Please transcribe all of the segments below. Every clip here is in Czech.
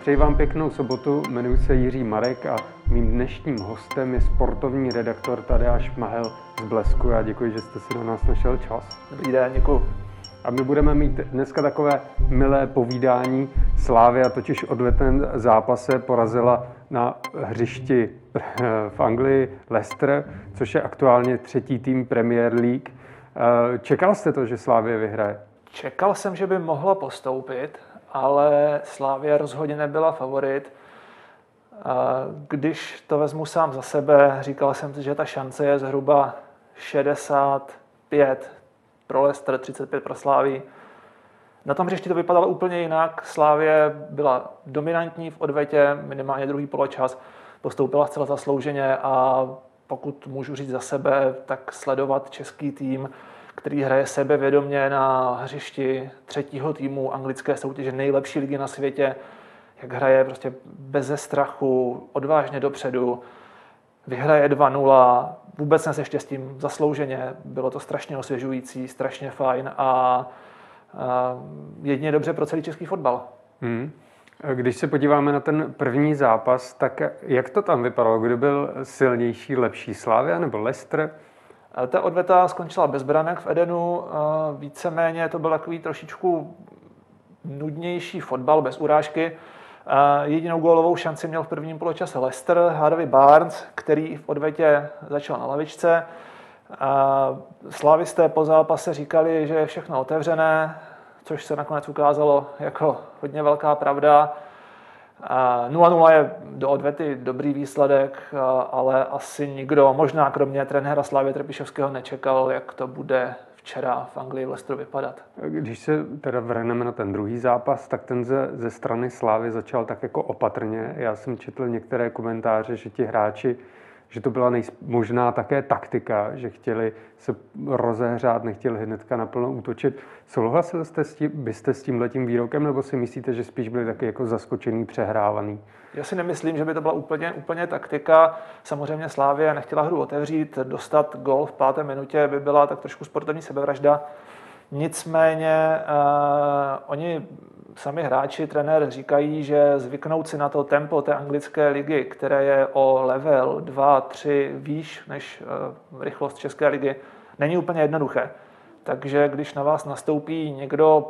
Přeji vám pěknou sobotu, jmenuji se Jiří Marek a mým dnešním hostem je sportovní redaktor Tadeáš Mahel z Blesku. Já děkuji, že jste si do nás našel čas. Dobrý den, děkuji. A my budeme mít dneska takové milé povídání. Slavia totiž odvetném zápase porazila na hřišti v Anglii Leicester, což je aktuálně třetí tým Premier League. Čekal jste to, že Slavia vyhraje? Čekal jsem, že by mohla postoupit, ale Slavia rozhodně nebyla favorit. Když to vezmu sám za sebe, říkal jsem si, že ta šance je zhruba 65 pro Leicester, 35 pro Slavii. Na tom hřišti to vypadalo úplně jinak. Slavia byla dominantní v odvetě, minimálně druhý poločas, postoupila zcela zaslouženě a pokud můžu říct za sebe, tak sledovat český tým, který hraje sebevědomě na hřišti třetího týmu anglické soutěže, nejlepší ligy na světě, jak hraje prostě beze strachu, odvážně dopředu, vyhraje 2-0, vůbec neseštěstím, zaslouženě, bylo to strašně osvěžující, strašně fajn a jedině dobře pro celý český fotbal. Když se podíváme na ten první zápas, tak jak to tam vypadalo? Kdo byl silnější, lepší, Slavia nebo Leicester? Ta odveta skončila bez branek v Edenu, víceméně to byl takový trošičku nudnější fotbal bez urážky. Jedinou gólovou šanci měl v prvním poločase Leicester, Harvey Barnes, který v odvetě začal na lavičce. Slavisté po zápase říkali, že je všechno otevřené, což se nakonec ukázalo jako hodně velká pravda. 0-0 je do odvety dobrý výsledek, ale asi nikdo, možná kromě trenéra Slavie Trpišovského, nečekal, jak to bude včera v Anglii v Leicesteru vypadat. Když se teda vrhneme na ten druhý zápas, tak ten ze strany Slavie začal tak jako opatrně. Já jsem četl některé komentáře, že ti hráči, že to byla možná také taktika, že chtěli se rozehřát, nechtěli hnedka naplno útočit. Souhlasil byste s tímhletím výrokem, nebo si myslíte, že spíš byli taky jako zaskočený, přehrávaný? Já si nemyslím, že by to byla úplně taktika. Samozřejmě Slavia nechtěla hru otevřít, dostat gól v 5. minutě by byla tak trošku sportovní sebevražda. Nicméně oni sami hráči, trenér říkají, že zvyknout si na to tempo té anglické ligy, které je o level 2-3 výš než rychlost české ligy, není úplně jednoduché. Takže když na vás nastoupí někdo,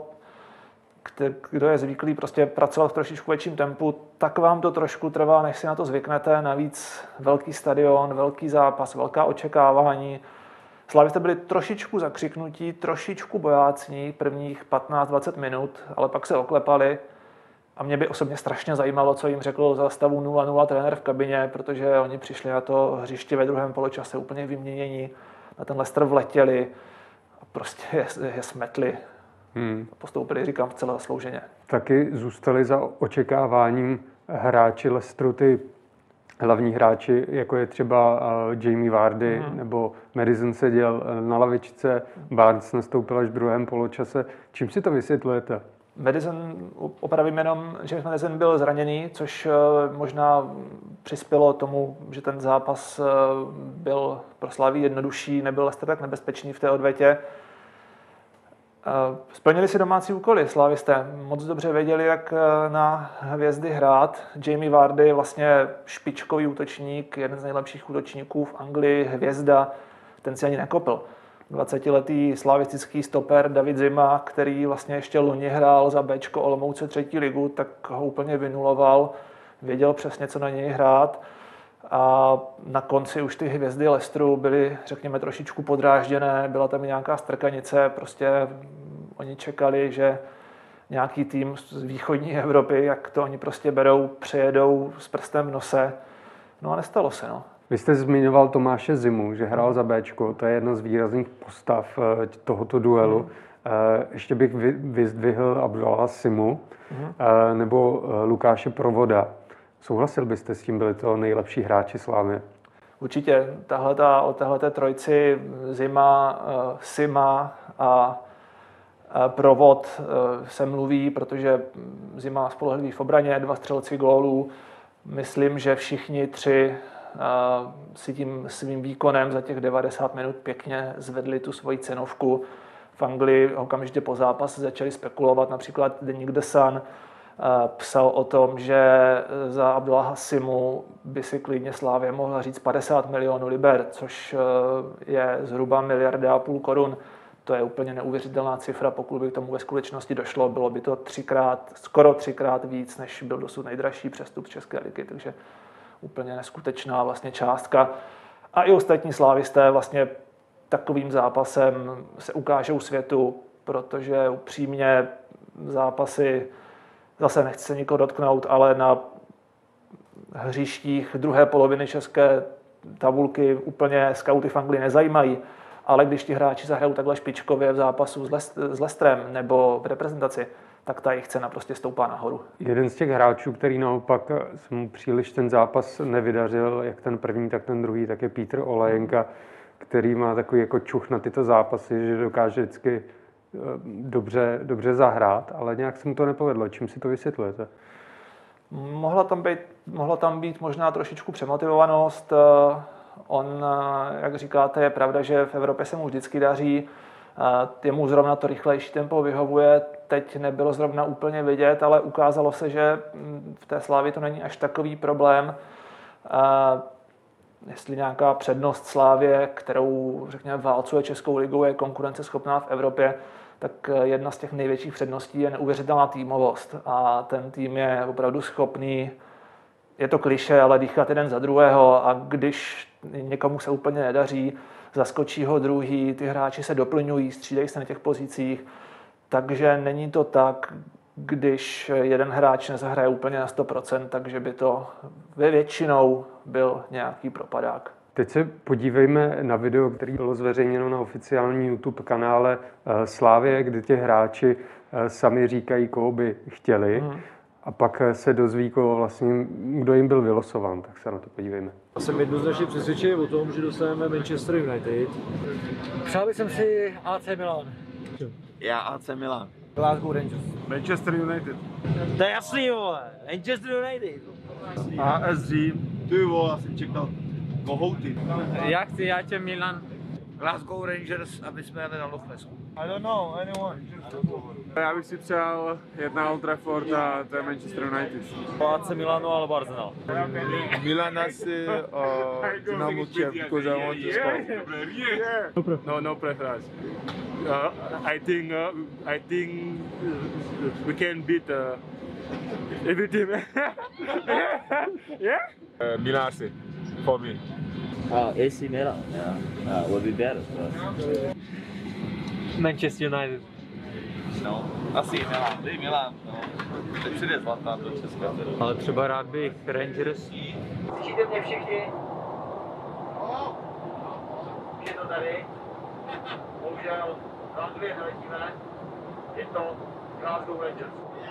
kdo je zvyklý prostě pracovat v trošičku větším tempu, tak vám to trošku trvá, než si na to zvyknete. Navíc velký stadion, velký zápas, velká očekávání. Slavisté byli trošičku zakřiknutí, trošičku bojácní prvních 15-20 minut, ale pak se oklepali a mě by osobně strašně zajímalo, co jim řekl za stavu 0-0 trenér v kabině, protože oni přišli na to hřiště ve druhém poločase úplně vyměnění, na ten Leicester vletěli a prostě je smetli. Postoupili, říkám, vcela zaslouženě. Taky zůstali za očekáváním hráči Leicesteru, ty hlavní hráči, jako je třeba Jamie Vardy nebo Maddison seděl na lavičce, Barnes nastoupil až v druhém poločase. Čím si to vysvětlujete? Maddison, opravím jenom, že Maddison byl zraněný, což možná přispělo tomu, že ten zápas byl pro Slavii jednodušší, nebyl Leicester tak nebezpečný v té odvetě. Splnili si domácí úkoly slavisté. Moc dobře věděli, jak na hvězdy hrát. Jamie Vardy, vlastně špičkový útočník, jeden z nejlepších útočníků v Anglii, hvězda, ten si ani nekopl. 20letý slavistický stoper David Zima, který vlastně ještě loni hrál za Bčko Olomouce 3. ligu, tak ho úplně vynuloval, věděl přesně, co na něj hrát. A na konci už ty hvězdy Leicesteru byly, řekněme, trošičku podrážděné, byla tam i nějaká strkanice, prostě oni čekali, že nějaký tým z východní Evropy, jak to oni prostě berou, přejedou s prstem v nose. No a nestalo se, no. Vy jste zmiňoval Tomáše Zimu, že hrál za Bčko, to je jedna z výrazných postav tohoto duelu. Ještě bych vyzdvihl Abdullah Simu nebo Lukáše Provoda. Souhlasil byste s tím, byli to nejlepší hráči Slavie? Určitě. O téhleté trojici Zima, Sima a Provod se mluví, protože Zima spolehlivý v obraně, 2 střelci gólů. Myslím, že všichni 3 si tím svým výkonem za těch 90 minut pěkně zvedli tu svoji cenovku. V Anglii okamžitě po zápase začali spekulovat, například deník The Sun psal o tom, že za Abdullaha Simu by si klidně Slavia mohla říct 50 milionů liber, což je zhruba 1,5 miliardy korun. To je úplně neuvěřitelná cifra, pokud by k tomu ve skutečnosti došlo. Bylo by to skoro třikrát víc, než byl dosud nejdražší přestup České ligy, takže úplně neskutečná vlastně částka. A i ostatní slávisté vlastně takovým zápasem se ukážou světu, protože upřímně zápasy, zase nechci se nikoho dotknout, ale na hřištích druhé poloviny české tabulky úplně skauty v Anglii nezajímají, ale když ti hráči zahrajou takhle špičkově v zápasu s Leicesterem nebo v reprezentaci, tak ta jejich cena prostě stoupá nahoru. Jeden z těch hráčů, který naopak se mu příliš ten zápas nevydařil, jak ten první, tak ten druhý, tak je Petr Olajenka, který má takový jako čuch na tyto zápasy, že dokáže vždycky dobře zahrát, ale nějak se mu to nepovedlo. Čím si to vysvětlujete? Mohla tam být možná trošičku přemotivovanost. On, jak říkáte, je pravda, že v Evropě se mu vždycky daří. Jemu zrovna to rychlejší tempo vyhovuje. Teď nebylo zrovna úplně vidět, ale ukázalo se, že v té Slavii to není až takový problém. Jestli nějaká přednost Slavie, kterou, řekněme, válcuje Českou ligou, je konkurenceschopná v Evropě, tak jedna z těch největších předností je neuvěřitelná týmovost. A ten tým je opravdu schopný, je to klišé, ale dýchat jeden za druhého, a když někomu se úplně nedaří, zaskočí ho druhý, ty hráči se doplňují, střídají se na těch pozicích, takže není to tak, když jeden hráč nezahraje úplně na 100%, takže by to většinou byl nějaký propadák. Teď se podívejme na video, které bylo zveřejněno na oficiální YouTube kanále Slavie, kde ti hráči sami říkají, koho by chtěli, a pak se dozví, kdo jim byl vylosován. Tak se na to podívejme. Já jsem jednoznačně přesvědčený o tom, že dostaneme Manchester United. Přál bych si AC Milan. Já AC Milan. Glasgow Rangers. Manchester United. To je jasný, vole. Manchester United. AS Řím. Ty vole, já jsem čekal kohouty. Já chci AC Milan. Glasgow Rangers, aby jsme jeli na Loch Nessu. I don't know anyone. Já bych si přál jet na Old Trafford a to je Manchester United. AC Milanu alebo Arsenal. Milan asi Dynamo Kiev, because I want to score. No preference. I think we can beat every team. Yeah? Milan asi, for me. AC Milan, yeah, will be better. Manchester United. No, asi Milan, no. Teď přijde Zlatan do Česka. Ale třeba rád bych Rangers. Slyšíte mě všichni? Už je to tady. Bohužel, na dvě neletíme. Je to Glasgow Rangers.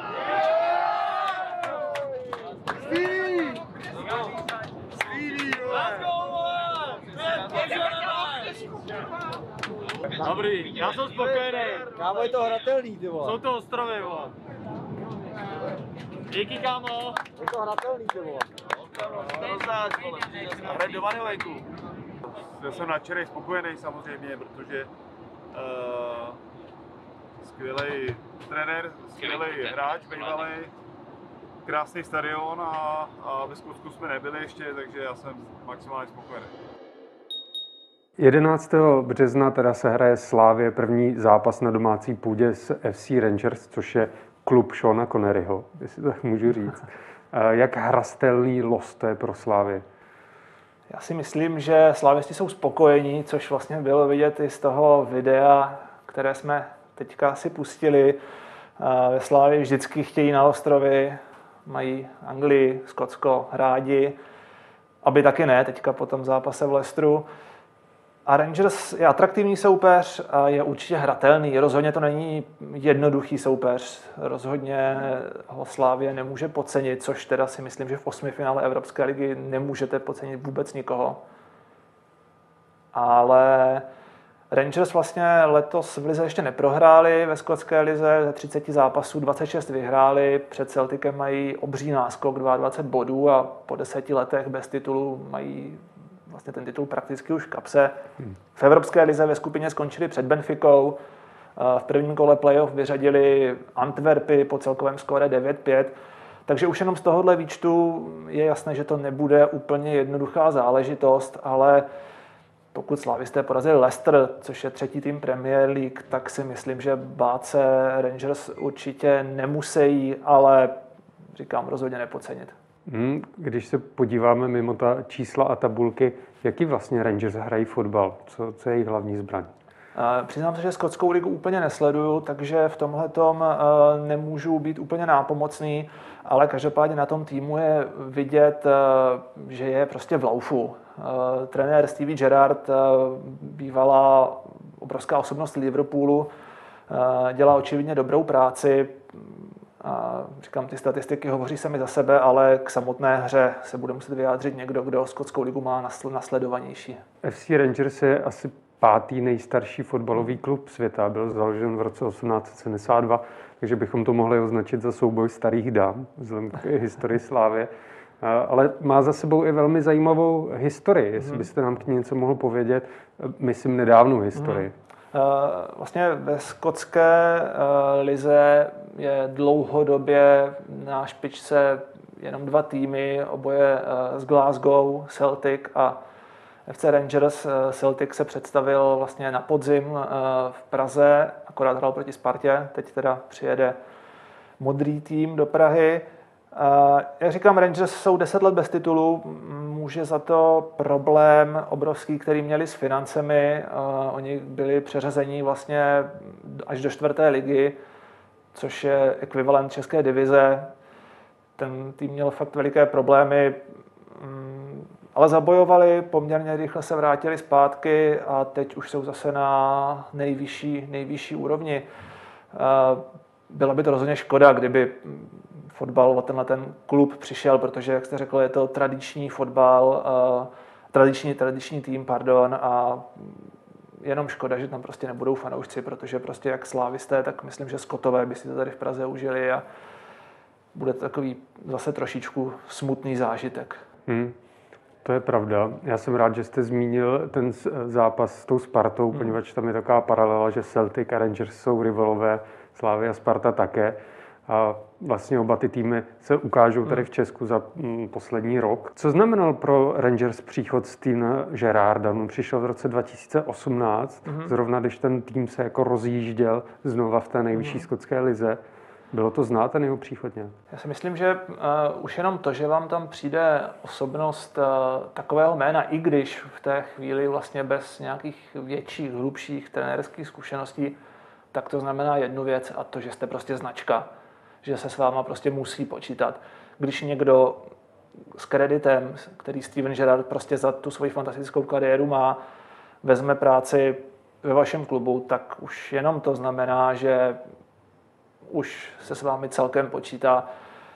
Dobrý, já jsem spokojený. Kámo, je to hratelný, ty vole. Jsou to ostrovy, vole. Díky, kámo. Je to hratelný, ty vole. Hraj do Vanilejku. Já jsem nadšený, spokojený samozřejmě, protože skvělý trenér, skvělý hráč, bývalý, krásný stadion a ve Skotsku jsme nebyli ještě, takže já jsem maximálně spokojený. 11. března teda se hraje Slavie první zápas na domácí půdě s FC Rangers, což je klub Seana Conneryho, jestli tak můžu říct. Jak hratelný los to je pro Slavii? Já si myslím, že slavisti jsou spokojení, což vlastně bylo vidět i z toho videa, které jsme teďka si pustili. Ve Slavii vždycky chtějí na ostrovy, mají Anglii, Skotsko rádi, aby taky ne, teďka po tom zápase v Leicesteru. A Rangers je atraktivní soupeř a je určitě hratelný. Rozhodně to není jednoduchý soupeř. Rozhodně ho Slavie nemůže podcenit, což teda si myslím, že v 8. finále Evropské ligy nemůžete podcenit vůbec nikoho. Ale Rangers vlastně letos v lize ještě neprohráli, ve skotské lize ze 30 zápasů 26 vyhráli, před Celticem mají obří náskok 22 bodů a po 10 letech bez titulu mají vlastně ten titul prakticky už v kapse. V Evropské lize ve skupině skončili před Benficou V prvním kole playoff vyřadili Antwerpy po celkovém skóre 9-5. Takže už jenom z tohohle výčtu je jasné, že to nebude úplně jednoduchá záležitost, ale pokud slavisté porazili Leicester, což je 3. tým Premier League, tak si myslím, že bát se Rangers určitě nemusí, ale říkám, rozhodně nepodcenit. Když se podíváme mimo ta čísla a tabulky, jaký vlastně Rangers hrají fotbal? Co je jejich hlavní zbraň? Přiznám se, že skotskou ligu úplně nesleduju, takže v tomhletom nemůžu být úplně nápomocný, ale každopádně na tom týmu je vidět, že je prostě v laufu. Trenér Stevie Gerrard, bývalá obrovská osobnost Liverpoolu, dělá očividně dobrou práci. Říkám, ty statistiky hovoří sami za sebe, ale k samotné hře se bude muset vyjádřit někdo, kdo skotskou ligu má nasledovanější. FC Rangers je asi 5. nejstarší fotbalový klub světa. Byl založen v roce 1872, takže bychom to mohli označit za souboj starých dám, vzhledem k historii Slávie. Ale má za sebou i velmi zajímavou historii. Jestli byste nám k ní něco mohl povědět, myslím nedávnou historii. Vlastně ve skotské lize je dlouhodobě na špičce jenom 2 týmy, oboje z Glasgow, Celtic a FC Rangers. Celtic se představil vlastně na podzim v Praze, akorát hrál proti Spartě, teď teda přijede modrý tým do Prahy. Jak říkám, Rangers jsou 10 let bez titulu, může za to problém obrovský, který měli s financemi. Oni byli přeřazeni vlastně až do 4. ligy, což je ekvivalent české divize. Ten tým měl fakt veliké problémy, ale zabojovali, poměrně rychle se vrátili zpátky a teď už jsou zase na nejvyšší úrovni. Byla by to rozhodně škoda, kdyby fotbal o ten klub přišel, protože, jak jste řekl, je to tradiční fotbal, tradiční tým, a jenom škoda, že tam prostě nebudou fanoušci, protože prostě jak slávisté, tak myslím, že Skotové by si to tady v Praze užili a bude to takový zase trošičku smutný zážitek. To je pravda. Já jsem rád, že jste zmínil ten zápas s tou Spartou, poněvadž tam je taková paralela, že Celtic a Rangers jsou rivalové, Slavia a Sparta také. A vlastně oba ty týmy se ukážou tady v Česku za poslední rok. Co znamenal pro Rangers příchod Stevena Gerrarda? On přišel v roce 2018, zrovna když ten tým se jako rozjížděl znova v té nejvyšší skotské lize. Bylo to znát ten jeho příchod nějak? Já si myslím, že už jenom to, že vám tam přijde osobnost takového jména, i když v té chvíli vlastně bez nějakých větších, hlubších trenérských zkušeností, tak to znamená jednu věc, a to, že jste prostě značka, že se s váma prostě musí počítat. Když někdo s kreditem, který Steven Gerrard prostě za tu svoji fantastickou kariéru má, vezme práci ve vašem klubu, tak už jenom to znamená, že už se s vámi celkem počítá.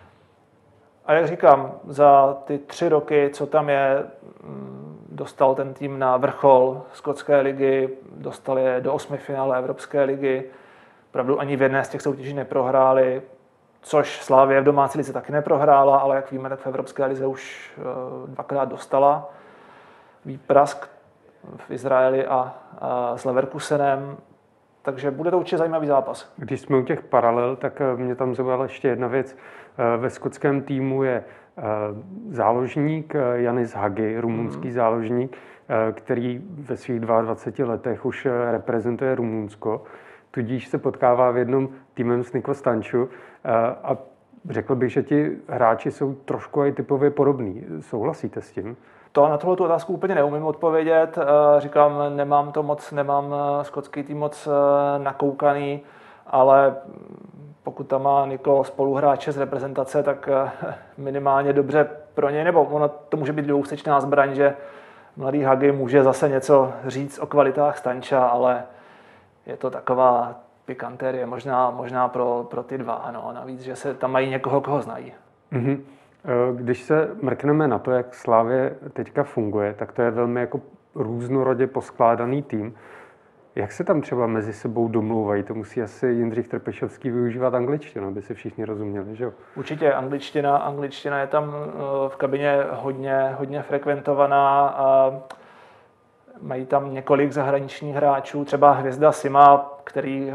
A jak říkám, za ty 3 roky, co tam je, dostal ten tým na vrchol skotské ligy, dostal je do 8. finále Evropské ligy. Opravdu ani v jedné z těch soutěží neprohráli, což Slavie v domácí lize taky neprohrála, ale jak víme, tak v Evropské lize už 2krát dostala výprask v Izraeli a s Leverkusenem. Takže bude to určitě zajímavý zápas. Když jsme u těch paralel, tak mě tam zaujala ještě jedna věc. Ve skotském týmu je záložník Janis Hagi, rumunský záložník, který ve svých 22 letech už reprezentuje Rumunsko. Tudíž se potkává v jednom týmem s Niko Stanču a řekl bych, že ti hráči jsou trošku i typově podobní. Souhlasíte s tím? Na tuhle otázku úplně neumím odpovědět. Říkám, nemám skotský tým moc nakoukaný, ale pokud tam má Niko spoluhráče z reprezentace, tak minimálně dobře pro něj, nebo ono to může být dvousečná zbraň, že mladý Hagi může zase něco říct o kvalitách Stanča, ale je to taková pikantérie, možná pro ty dva, no, navíc, že se tam mají někoho, koho znají. Mm-hmm. Když se mrkneme na to, jak Slavie teďka funguje, tak to je velmi jako různorodě poskládaný tým. Jak se tam třeba mezi sebou domlouvají? To musí asi Jindřich Trpešovský využívat angličtinu, aby si všichni rozuměli, že jo? Určitě, angličtina je tam v kabině hodně frekventovaná a mají tam několik zahraničních hráčů, třeba hvězda Sima, který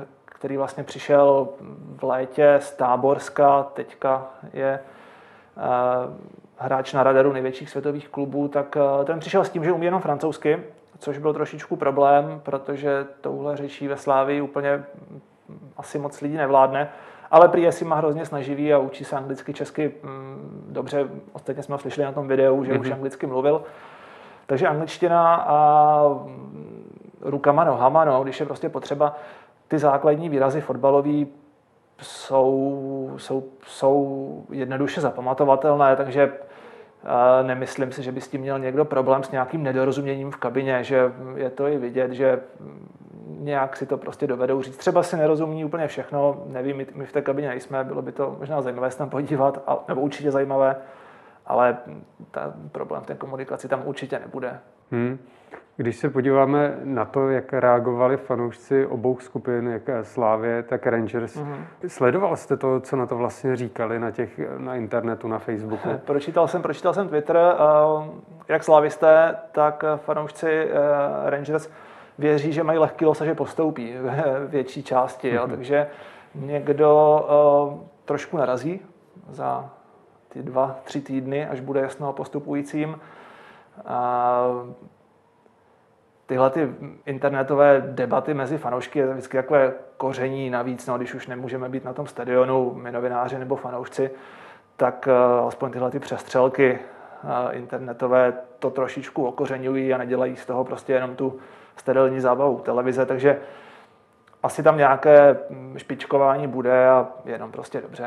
který vlastně přišel v létě z Táborska, teďka je hráč na radaru největších světových klubů, tak ten přišel s tím, že umí jenom francouzsky, což byl trošičku problém, protože touhle řečí ve Slávii úplně asi moc lidí nevládne, ale prý je Sima hrozně snaživý a učí se anglicky, česky dobře. Ostatně jsme ho slyšeli na tom videu, že už anglicky mluvil. Takže angličtina a rukama, nohama, no, když je prostě potřeba. Ty základní výrazy fotbalový jsou jednoduše zapamatovatelné, takže nemyslím si, že by s tím měl někdo problém s nějakým nedorozuměním v kabině, že je to i vidět, že nějak si to prostě dovedou říct. Třeba si nerozumí úplně všechno, nevím, my v té kabině nejsme, bylo by to možná zajímavé se tam podívat, nebo určitě zajímavé, ale problém v té komunikaci tam určitě nebude. Když se podíváme na to, jak reagovali fanoušci obou skupin, jak Slavie, tak Rangers, sledoval jste to, co na to vlastně říkali na internetu, na Facebooku? Pročítal jsem Twitter, jak slavisté, tak fanoušci Rangers věří, že mají lehký los a že postoupí v větší části. Jo. Takže někdo trošku narazí za ty 2-3 týdny, až bude jasno o postupujícím. Tyhle ty internetové debaty mezi fanoušky je vždycky takové koření navíc, no, když už nemůžeme být na tom stadionu, my novináři nebo fanoušci, tak aspoň tyhle ty přestřelky internetové to trošičku okořeňují a nedělají z toho prostě jenom tu sterilní zábavu televize, takže asi tam nějaké špičkování bude a jenom prostě dobře.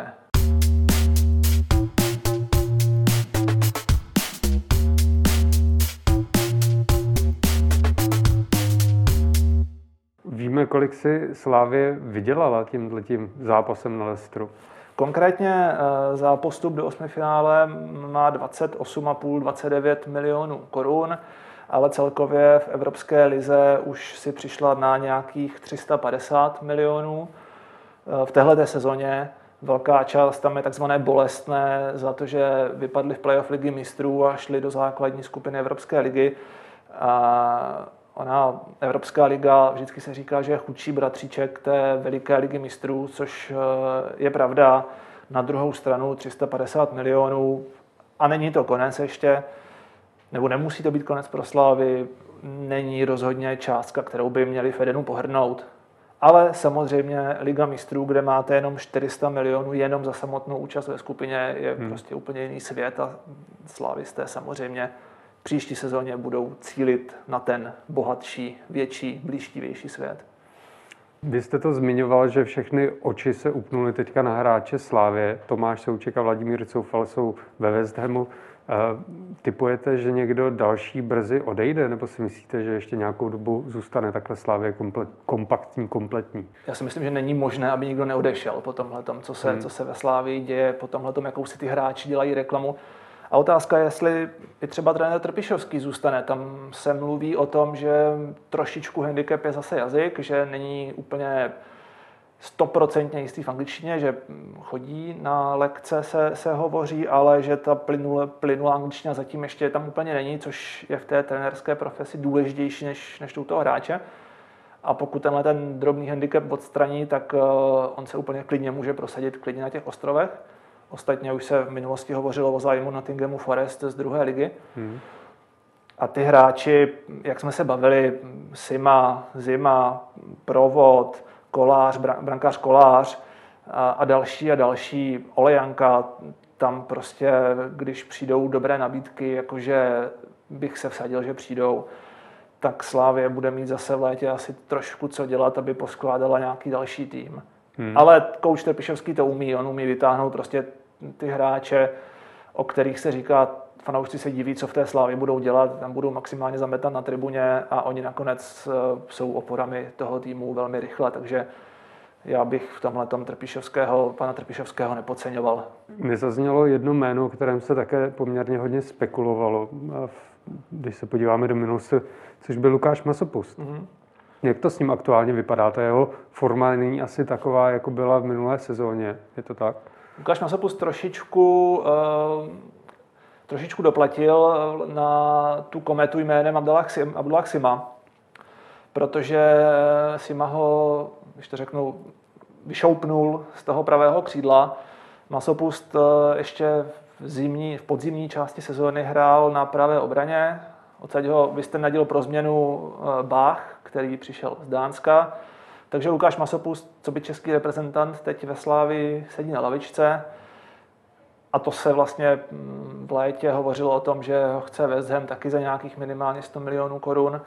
Víme, kolik si Slavie vydělala tímhletím zápasem na Leicesteru? Konkrétně za postup do osmifinále má 28,5-29 milionů korun, ale celkově v Evropské lize už si přišla na nějakých 350 milionů. V téhleté sezóně velká část tam je takzvané bolestné za to, že vypadli v playoff ligy mistrů a šli do základní skupiny Evropské ligy. Evropská liga vždycky se říká, že je chudší bratříček té veliké ligy mistrů, což je pravda. Na druhou stranu 350 milionů a není to konec ještě, nebo nemusí to být konec pro Slávy, není rozhodně částka, kterou by měli v Edenu pohrdnout. Ale samozřejmě Liga mistrů, kde máte jenom 400 milionů jenom za samotnou účast ve skupině, je prostě úplně jiný svět a slávisté samozřejmě příští sezóně budou cílit na ten bohatší, větší, blížtivější svět. Vy jste to zmiňoval, že všechny oči se upnuly teďka na hráče Slavie. Tomáš Souček a Vladimír Coufal jsou ve West Hamu. Tipujete, že někdo další brzy odejde, nebo si myslíte, že ještě nějakou dobu zůstane takhle Slavie kompaktní, kompletní? Já si myslím, že není možné, aby nikdo neodešel po tomhletom, co se ve Slavii děje, po tomhletom, jakou si ty hráči dělají reklamu. A otázka je, jestli i třeba trenér Trpišovský zůstane. Tam se mluví o tom, že trošičku handicap je zase jazyk, že není úplně 100% jistý v angličtině, že chodí na lekce, se hovoří, ale že ta plynulá angličtina zatím ještě tam úplně není, což je v té trenérské profesi důležitější než u toho hráče. A pokud tenhle ten drobný handicap odstraní, tak on se úplně klidně může prosadit klidně na těch ostrovech. Ostatně už se v minulosti hovořilo o zájmu Nottinghamu Forest z druhé ligy. A ty hráči, jak jsme se bavili, Sima, Zima, Provod, Kolář, brankář Kolář a další, Olejanka, tam prostě, když přijdou dobré nabídky, jakože bych se vsadil, že přijdou, tak Slavie bude mít zase v létě asi trošku co dělat, aby poskládala nějaký další tým. Ale kouč Trpišovský to umí, on umí vytáhnout prostě ty hráče, o kterých se říká, fanoušci se diví, co v té Slavii budou dělat, tam budou maximálně zametat na tribuně a oni nakonec jsou oporami toho týmu velmi rychle, takže já bych v tomhletom pana Trpišovského nepodceňoval. Nezaznělo jedno jméno, o kterém se také poměrně hodně spekulovalo, když se podíváme do minulosti, což byl Lukáš Masopust. Jak to s ním aktuálně vypadá? Ta jeho forma není asi taková, jako byla v minulé sezóně. Je to tak? Lukáš Masopust trošičku doplatil na tu kometu jménem Abdullah Sima, protože Sima ho, když to řeknu vyšoupnul z toho pravého křídla. Masopust ještě v podzimní části sezóny hrál na pravé obraně. Odsaď ho vystrnadil pro změnu Bach, který přišel z Dánska. Takže Lukáš Masopust, co by český reprezentant, teď ve Slávii sedí na lavičce. A to se vlastně v létě hovořilo o tom, že ho chce West Ham taky za nějakých minimálně 100 milionů korun.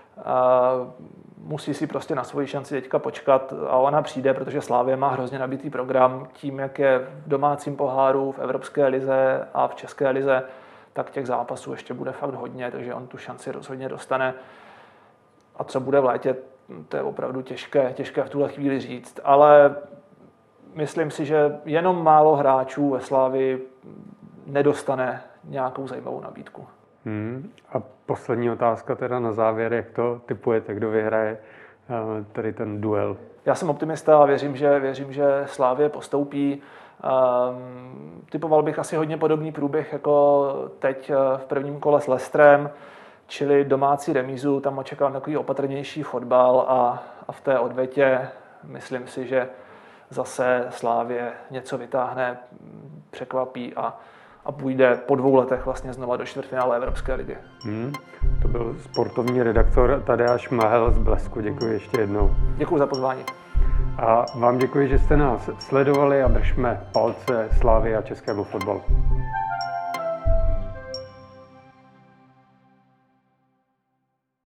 Musí si prostě na svoji šanci teďka počkat a ona přijde, protože Slavia má hrozně nabitý program. Tím, jak je v domácím poháru, v Evropské lize a v České lize, tak těch zápasů ještě bude fakt hodně, takže on tu šanci rozhodně dostane. A co bude v létě, to je opravdu těžké v tuhle chvíli říct. Ale myslím si, že jenom málo hráčů ve Slavii nedostane nějakou zajímavou nabídku. A poslední otázka teda na závěr, jak to tipujete, kdo vyhraje tady ten duel? Já jsem optimista a věřím, že Slavie postoupí. Typoval bych asi hodně podobný průběh jako teď v prvním kole s Leicesterem, čili domácí remízu, tam očekávám takový opatrnější fotbal a v té odvetě myslím si, že zase Slavie něco vytáhne, překvapí a půjde po 2 letech vlastně znova do čtvrtfinále Evropské ligy. To byl sportovní redaktor Tadeáš Mahel z Blesku. Děkuji ještě jednou. Děkuji za pozvání. A vám děkuji, že jste nás sledovali a držme palce Slávy a českému fotbalu.